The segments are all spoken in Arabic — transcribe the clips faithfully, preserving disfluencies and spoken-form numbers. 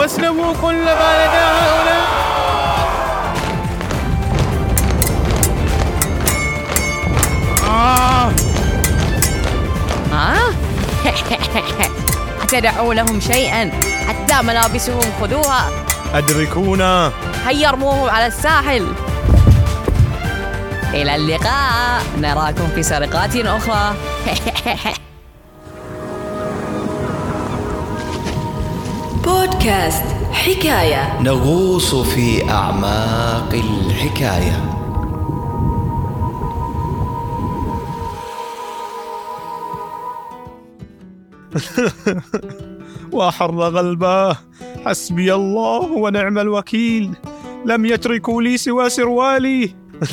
واسلبوا كل ما لدى هؤلاء. آه آه أتدعوا لهم شيئا حتى ملابسهم خذوها. أدركونا. هيا ارموهم على الساحل. إلى اللقاء، نراكم في سرقات أخرى. بودكاست حكاية، نغوص في أعماق الحكاية. وحر قلبه، حسبي الله ونعم الوكيل، لم يتركوا لي سوى سروالي.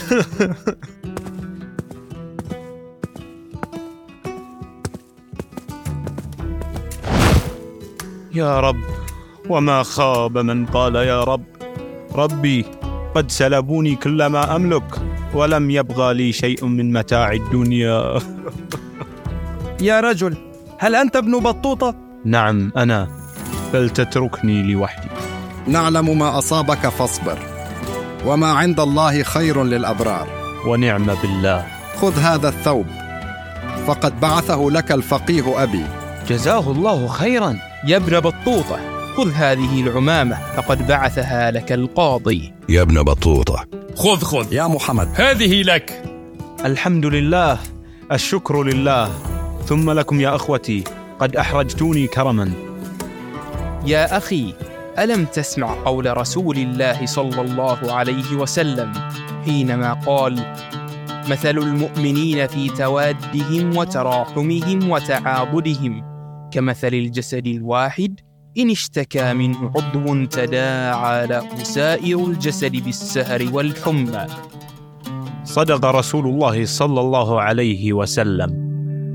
يا رب، وما خاب من قال يا رب. ربي، قد سلبوني كل ما أملك، ولم يبغى لي شيء من متاع الدنيا. يا رجل، هل أنت ابن بطوطة؟ نعم أنا، فلتتركني لوحدي. نعلم ما أصابك فاصبر، وما عند الله خير للأبرار. ونعم بالله. خذ هذا الثوب، فقد بعثه لك الفقيه أبي. جزاه الله خيرا. يا ابن بطوطة، خذ هذه العمامة، فقد بعثها لك القاضي. يا ابن بطوطة، خذ خذ يا محمد، هذه لك. الحمد لله، الشكر لله، ثم لكم يا أخوتي، قد أحرجتوني كرما. يا أخي، ألم تسمع قول رسول الله صلى الله عليه وسلم حينما قال: مثل المؤمنين في توادهم وتراحمهم وتعاضدهم كمثل الجسد الواحد إن اشتكى منه عضو تداعى له سائر الجسد بالسهر والحمى. صدق رسول الله صلى الله عليه وسلم.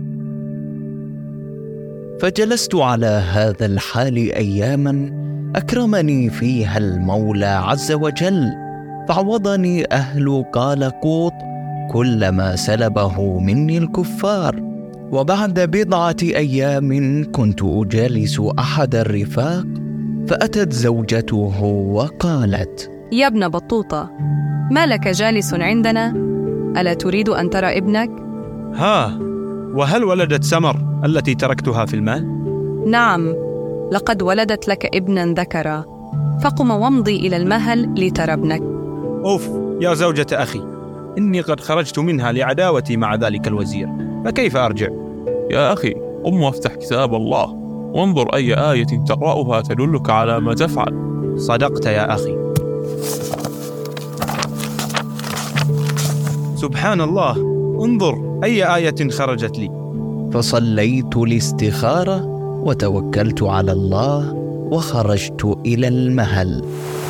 فجلست على هذا الحال أياما أكرمني فيها المولى عز وجل، فعوضني أهل قالقوط كل ما سلبه مني الكفار. وبعد بضعة أيام كنت أجالس أحد الرفاق، فأتت زوجته وقالت: يا ابن بطوطة، ما لك جالس عندنا؟ ألا تريد أن ترى ابنك؟ ها، وهل ولدت سمر التي تركتها في المال؟ نعم، لقد ولدت لك ابنا ذكرا، فقم وامضي إلى المهل لترى ابنك. أوف يا زوجة أخي، إني قد خرجت منها لعداوتي مع ذلك الوزير، فكيف أرجع؟ يا أخي، قم وافتح كتاب الله وانظر أي آية تقرأها تدلك على ما تفعل. صدقت يا أخي. سبحان الله، انظر أي آية خرجت لي. فصليت الاستخارة وتوكلت على الله وخرجت إلى المهل.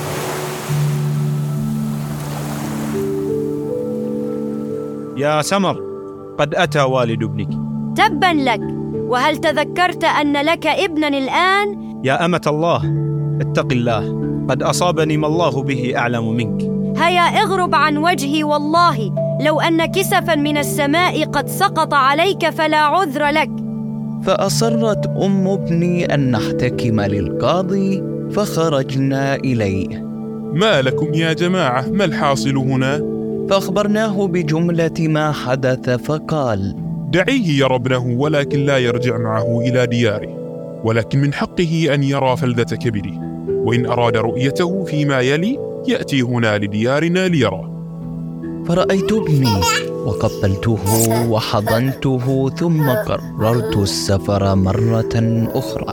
يا سمر، قد أتى والد ابنك. تبا لك، وهل تذكرت أن لك ابنا الآن؟ يا أمة الله، اتق الله، قد أصابني ما الله به أعلم منك. هيا اغرب عن وجهي، والله لو أن كسفا من السماء قد سقط عليك فلا عذر لك. فأصرت أم ابني أن نحتكم للقاضي، فخرجنا إليه. ما لكم يا جماعة، ما الحاصل هنا؟ فأخبرناه بجملة ما حدث، فقال: دعيه يرى ابنه، ولكن لا يرجع معه إلى دياره، ولكن من حقه أن يرى فلذة كبده، وإن أراد رؤيته فيما يلي يأتي هنا لديارنا ليرى. فرأيت ابني وقبلته وحضنته، ثم قررت السفر مرة أخرى.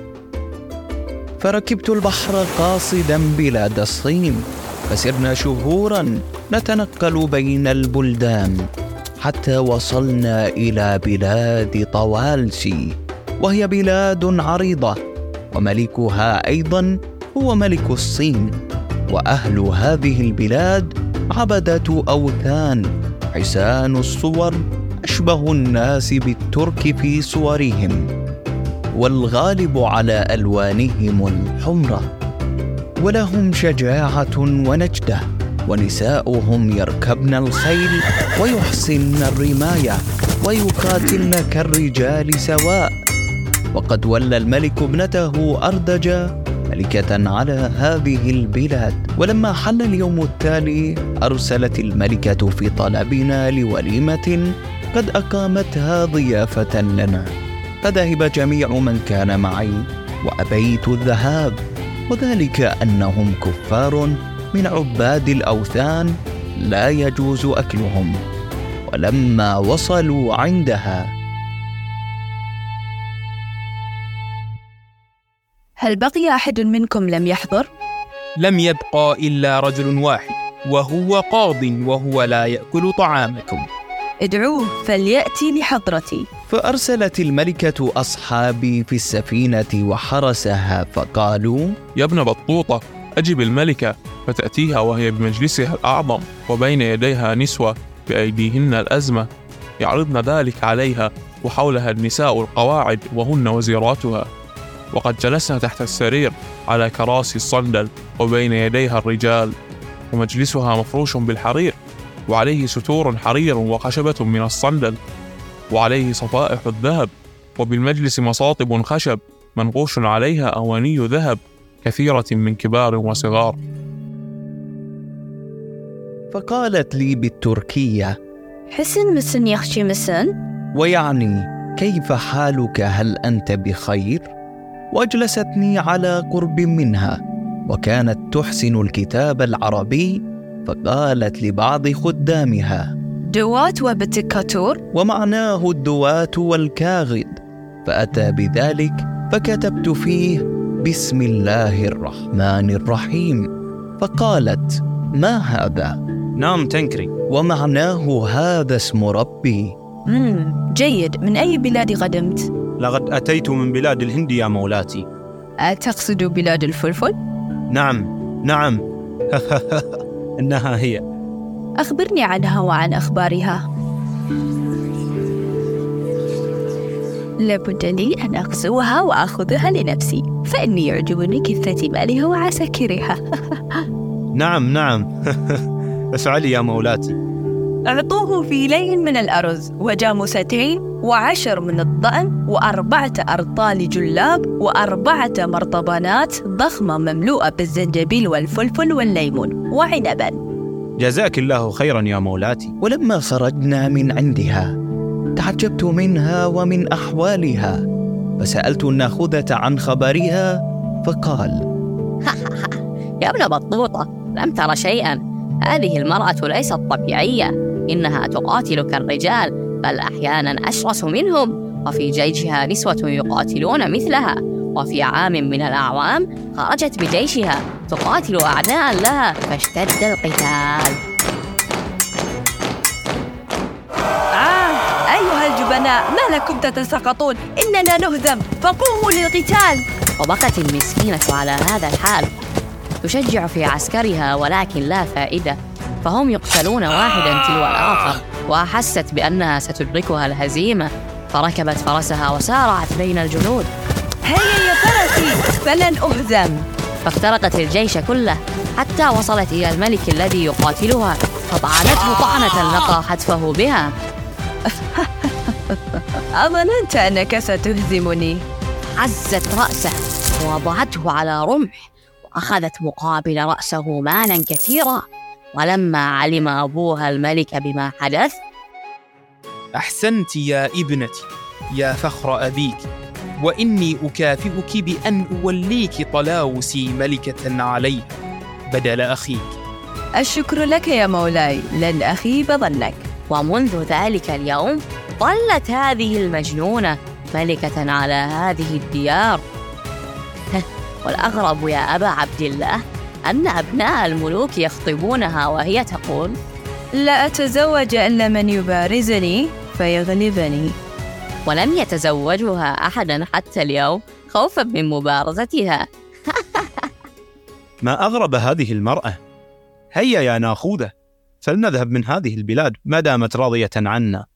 فركبت البحر قاصدا بلاد الصين، فسرنا شهورا نتنقل بين البلدان حتى وصلنا إلى بلاد طوالسي، وهي بلاد عريضة، وملكها أيضا هو ملك الصين. وأهل هذه البلاد عبدة أوثان، حسان الصور، أشبه الناس بالترك في صورهم، والغالب على ألوانهم الحمرة. ولهم شجاعة ونجدة، ونساؤهم يركبن الخيل ويحسن الرماية ويقاتلن كالرجال سواء. وقد ولى الملك ابنته أردجا ملكة على هذه البلاد. ولما حل اليوم التالي أرسلت الملكة في طلبنا لوليمة قد أقامتها ضيافة لنا، فذهب جميع من كان معي وأبيت الذهاب، وذلك أنهم كفار من عباد الأوثان لا يجوز أكلهم. ولما وصلوا عندها: هل بقي أحد منكم لم يحضر؟ لم يبقى إلا رجل واحد، وهو قاض وهو لا يأكل طعامكم. ادعوه فليأتي لحضرتي. فأرسلت الملكة أصحابي في السفينة وحرسها، فقالوا: يا ابن بطوطة، أجب الملكة، فتأتيها وهي بمجلسها الأعظم وبين يديها نسوة بأيديهن الأزمة يعرضن ذلك عليها، وحولها النساء القواعد وهن وزيراتها، وقد جلسنا تحت السرير على كراسي الصندل وبين يديها الرجال، ومجلسها مفروش بالحرير وعليه ستور حرير وخشبة من الصندل وعليه صفائح الذهب، وبالمجلس مصاطب خشب منقوش عليها أواني ذهب كثيرة من كبار وصغار. فقالت لي بالتركية: حسن مسن يخشي مسن، ويعني كيف حالك، هل أنت بخير؟ وأجلستني على قرب منها، وكانت تحسن الكتاب العربي، فقالت لبعض خدامها: دوات وبتكاتور، ومعناه الدوات والكاغد. فأتى بذلك فكتبت فيه: بسم الله الرحمن الرحيم. فقالت: ما هذا؟ نعم تنكري. ومعناه هذا اسم ربي. مم. جيد. من أي بلاد قدمت؟ لقد أتيت من بلاد الهند يا مولاتي. أتقصد بلاد الفلفل؟ نعم نعم إنها هي. أخبرني عنها وعن أخبارها. لابد لي أن أغزوها وأخذها لنفسي، فإني يعجبني كثرة مالها وعساكرها. نعم نعم افعلي يا مولاتي. أعطوه فيلين من الأرز وجاموستين وعشر من الضأن وأربعة أرطال جلاب وأربعة مرطبانات ضخمة مملوءة بالزنجبيل والفلفل والليمون وعنبا. جزاك الله خيرا يا مولاتي. ولما خرجنا من عندها تعجبت منها ومن أحوالها، فسألت الناخذة عن خبرها، فقال: يا ابن بطوطة، لم تر شيئا. هذه المرأة ليست طبيعية، إنها تقاتل كالرجال، بل أحيانا أشرس منهم، وفي جيشها نسوة يقاتلون مثلها، وفي عام من الأعوام خرجت بجيشها تقاتل أعداء لها فاشتد القتال. آه أيها الجبناء، ما لكم تتساقطون؟ إننا نهزم، فقوموا للقتال. وبقت المسكينة على هذا الحال تشجع في عسكرها، ولكن لا فائدة، فهم يقتلون واحدا تلو الآخر، وأحست بأنها ستدركها الهزيمة، فركبت فرسها وسارعت بين الجنود. هيا يا فرسي، فلن أهزم. فاخترقت الجيش كله حتى وصلت إلى الملك الذي يقاتلها، فطعنته طعنة لقى حتفه بها. أظننت أنك ستهزمني. عزت رأسه ووضعته على رمح، وأخذت مقابل رأسه مالا كثيرا. ولما علم أبوها الملك بما حدث: أحسنت يا ابنتي يا فخر أبيك، وإني أكافئك بأن أوليك طلاوسي ملكة عليه بدل أخيك. الشكر لك يا مولاي، لن أخيب ظنك. ومنذ ذلك اليوم ظلت هذه المجنونة ملكة على هذه الديار. والأغرب يا أبا عبد الله أن أبناء الملوك يخطبونها وهي تقول: لا أتزوج إلا من يبارزني فيغلبني. ولم يتزوجها أحدا حتى اليوم خوفا من مبارزتها. ما أغرب هذه المرأة. هيا يا ناخوذة، فلنذهب من هذه البلاد ما دامت راضية عنا.